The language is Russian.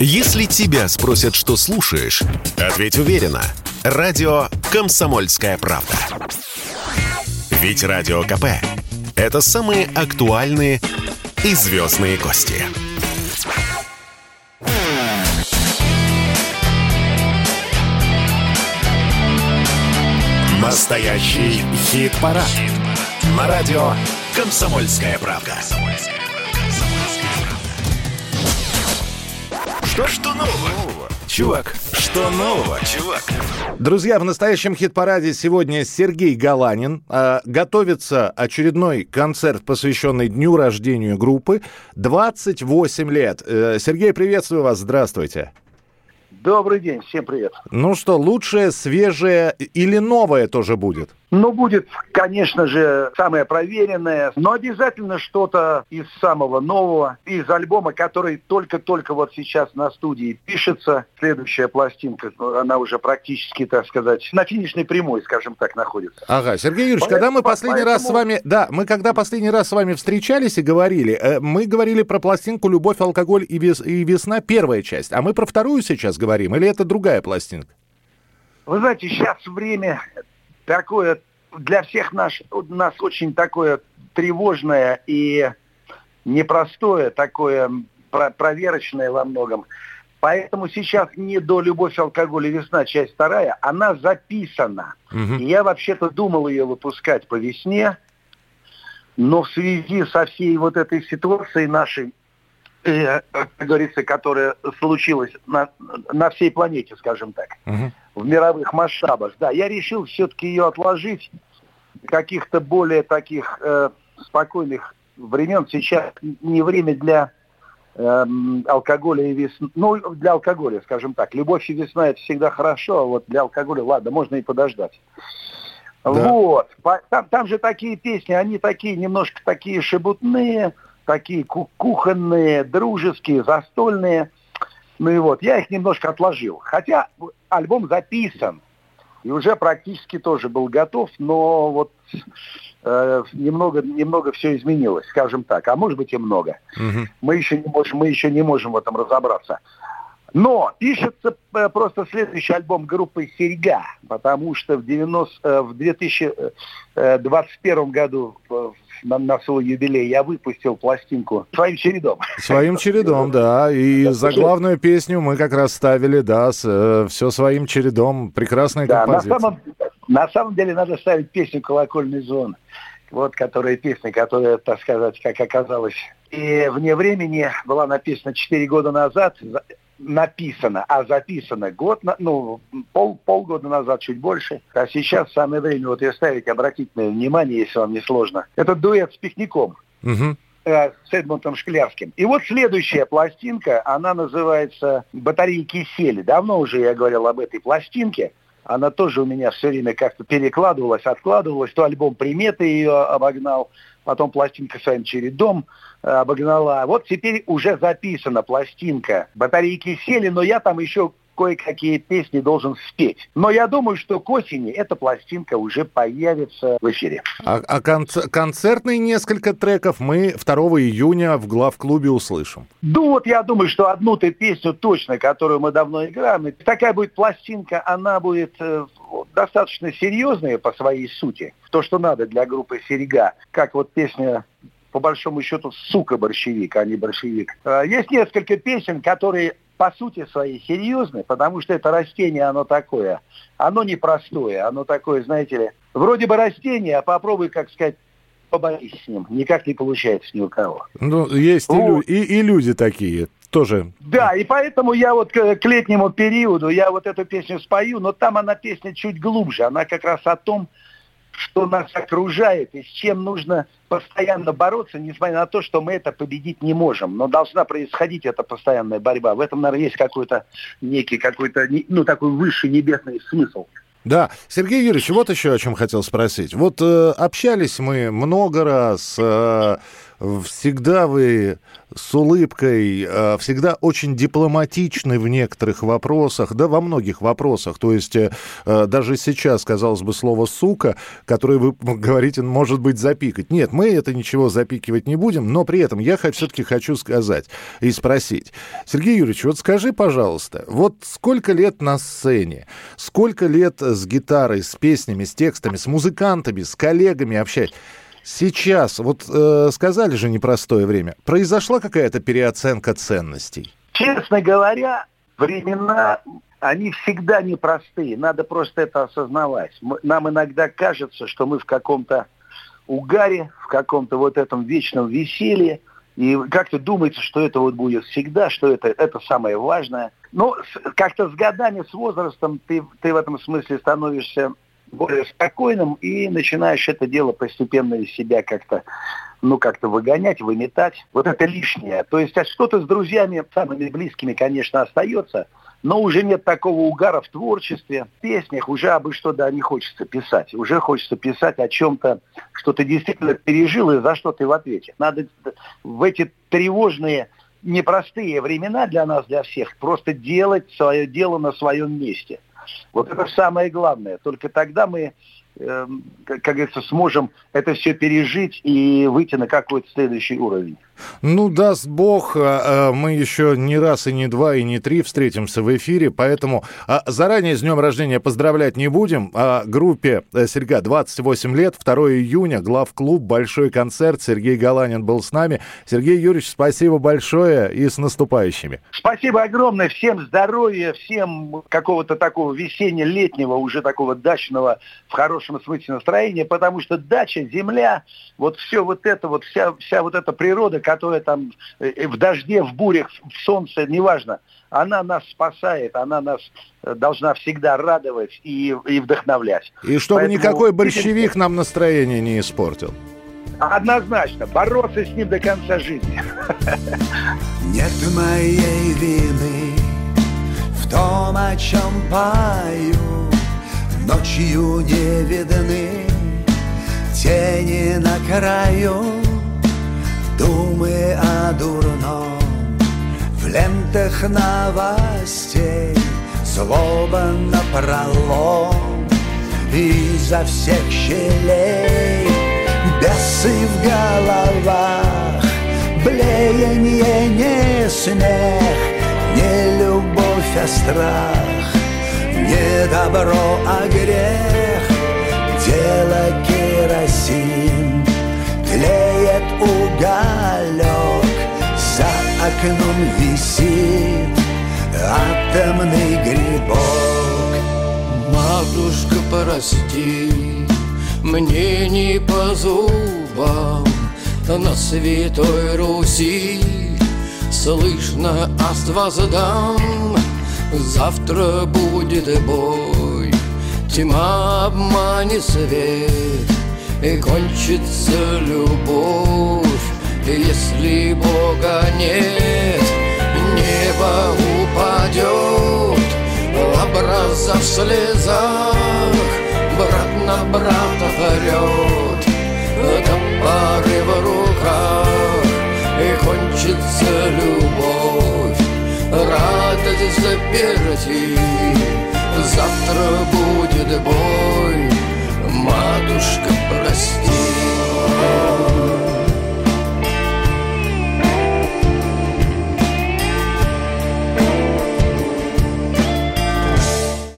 Если тебя спросят, что слушаешь, ответь уверенно. Радио «Комсомольская правда». Ведь Радио КП – это самые актуальные и звездные гости. Настоящий хит-парад. На радио «Комсомольская правда». Что нового, чувак? Что нового, чувак? Друзья, в настоящем хит-параде сегодня Сергей Галанин. Готовится очередной концерт, посвященный дню рождения группы. 28 лет. Сергей, приветствую вас. Здравствуйте. Добрый день, всем привет. Ну что, лучшее, свежее или новое тоже будет? Ну, будет, конечно же, самое проверенное, но обязательно что-то из самого нового, из альбома, который только-только вот сейчас на студии пишется. Следующая пластинка, она уже практически, так сказать, на финишной прямой, скажем так, находится. Ага, Сергей Юрьевич, когда мы последний раз с вами... Да, мы когда последний раз с вами встречались и говорили, мы говорили про пластинку «Любовь, алкоголь и весна», первая часть, а мы про вторую сейчас говорим, или это другая пластинка? Вы знаете, сейчас время... такое для всех нас очень такое тревожное и непростое, такое проверочное во многом. Поэтому сейчас не до «Любовь, алкоголь и весна», часть вторая, она записана. И я вообще-то думал ее выпускать по весне, но в связи со всей вот этой ситуацией нашей, как говорится, которая случилась на всей планете, скажем так, в мировых масштабах, да, я решил все-таки ее отложить до каких-то более таких спокойных времен. Сейчас не время для алкоголя и весны. Ну, для алкоголя, скажем так. «Любовь и весна» — это всегда хорошо, а вот для алкоголя, ладно, можно и подождать. Да. Вот. Там же такие песни, они такие, немножко такие шебутные, такие кухонные, дружеские, застольные. Ну и вот, я их немножко отложил. Хотя альбом записан и уже практически тоже был готов, но вот немного все изменилось, скажем так. А может быть и много. Мы еще не можем в этом разобраться. Но пишется просто следующий альбом группы «Серьга», потому что в 2021 году на свой юбилей я выпустил пластинку «Своим чередом». «Своим чередом», да. И заглавную песню мы как раз ставили, да, «Все своим чередом». Прекрасная композиция. На самом деле надо ставить песню «Колокольный звон». Вот песня, которая, так сказать, как оказалось, и вне времени была написана 4 года назад, написано, а записано полгода назад, чуть больше. А сейчас самое время вот ее ставить, обратить на внимание, если вам не сложно. Это дуэт с Пикником, с Эдмундом Шклярским. И вот следующая пластинка, она называется «Батареи кисели». Давно уже я говорил об этой пластинке. Она тоже у меня все время как-то перекладывалась, откладывалась. То альбом «Приметы» ее обогнал, потом пластинка «Своим чередом» обогнала. Вот теперь уже записана пластинка «Батареи кисели», но я там еще кое-какие песни должен спеть. Но я думаю, что к осени эта пластинка уже появится в эфире. А концертные несколько треков мы 2 июня в главклубе услышим. Ну вот я думаю, что одну-то песню точно, которую мы давно играем. И такая будет пластинка, она будет достаточно серьезная по своей сути. То, что надо для группы «Серьга». Как вот песня, по большому счету, «Сука, борщевик», а не «Борщевик». Есть несколько песен, которые по сути своей серьезные, потому что это растение, оно такое. Оно непростое, оно такое, знаете ли, вроде бы растение, а попробуй, как сказать, поборись с ним. Никак не получается ни у кого. Ну, есть вот. и люди такие тоже. Да, и поэтому я вот к летнему периоду, я вот эту песню спою, но там она песня чуть глубже. Она как раз о том, что нас окружает и с чем нужно постоянно бороться, несмотря на то, что мы это победить не можем. Но должна происходить эта постоянная борьба. В этом, наверное, есть некий такой высший небесный смысл. Да, Сергей Юрьевич, вот еще о чем хотел спросить. Вот общались мы много раз, всегда вы с улыбкой, всегда очень дипломатичны в некоторых вопросах, да, во многих вопросах. То есть даже сейчас, казалось бы, слово «сука», которое вы говорите, может быть, запикать. Нет, мы это ничего запикивать не будем, но при этом я все-таки хочу сказать и спросить. Сергей Юрьевич, вот скажи, пожалуйста, вот сколько лет на сцене, сколько лет с гитарой, с песнями, с текстами, с музыкантами, с коллегами общаетесь? Сейчас, вот сказали же непростое время, произошла какая-то переоценка ценностей? Честно говоря, времена, они всегда непростые, надо просто это осознавать. Нам иногда кажется, что мы в каком-то угаре, в каком-то вот этом вечном веселье, и как-то думается, что это вот будет всегда, что это самое важное. Но как-то с годами, с возрастом ты в этом смысле становишься более спокойным и начинаешь это дело постепенно из себя как-то выгонять, выметать. Вот это лишнее. То есть что-то с друзьями, самыми близкими, конечно, остается, но уже нет такого угара в творчестве, в песнях, уже абы что, да, не хочется писать. Уже хочется писать о чем-то, что ты действительно пережил и за что ты в ответе. Надо в эти тревожные, непростые времена для нас, для всех, просто делать свое дело на своем месте. Вот это самое главное. Только тогда мы, как говорится, сможем это все пережить и выйти на какой-то следующий уровень. Ну, даст Бог, мы еще не раз и не два и не три встретимся в эфире, поэтому заранее с днем рождения поздравлять не будем. Группе «Серьга» 28 лет, 2 июня, главклуб, большой концерт. Сергей Галанин был с нами. Сергей Юрьевич, спасибо большое и с наступающими. Спасибо огромное. Всем здоровья, всем какого-то такого весенне-летнего, уже такого дачного, в хорошем смысле настроения, потому что дача, земля, вот все вот это, вот вся вот эта природа, которая там в дожде, в бурях, в солнце, неважно, она нас спасает, она нас должна всегда радовать и вдохновлять. И чтобы никакой большевик нам настроение не испортил. Однозначно, бороться с ним до конца жизни. Нет моей вины в том, о чем пою, ночью не видны тени на краю. Думы о дурном в лентах новостей, злоба напролом изо всех щелей. Бесы в головах, блеяние не смех, не любовь, а страх, не добро, а грех. Дело керосин, тлеет уголек, за окном висит атомный грибок. Матушка, прости, мне не по зубам на Святой Руси слышно аст воздам. Завтра будет бой, тьма обманет свет, и кончится любовь, если Бога нет. Небо упадет, образа в слезах, брат на брата орет, топоры в руках, и кончится любовь, радость заперти. Завтра будет бой,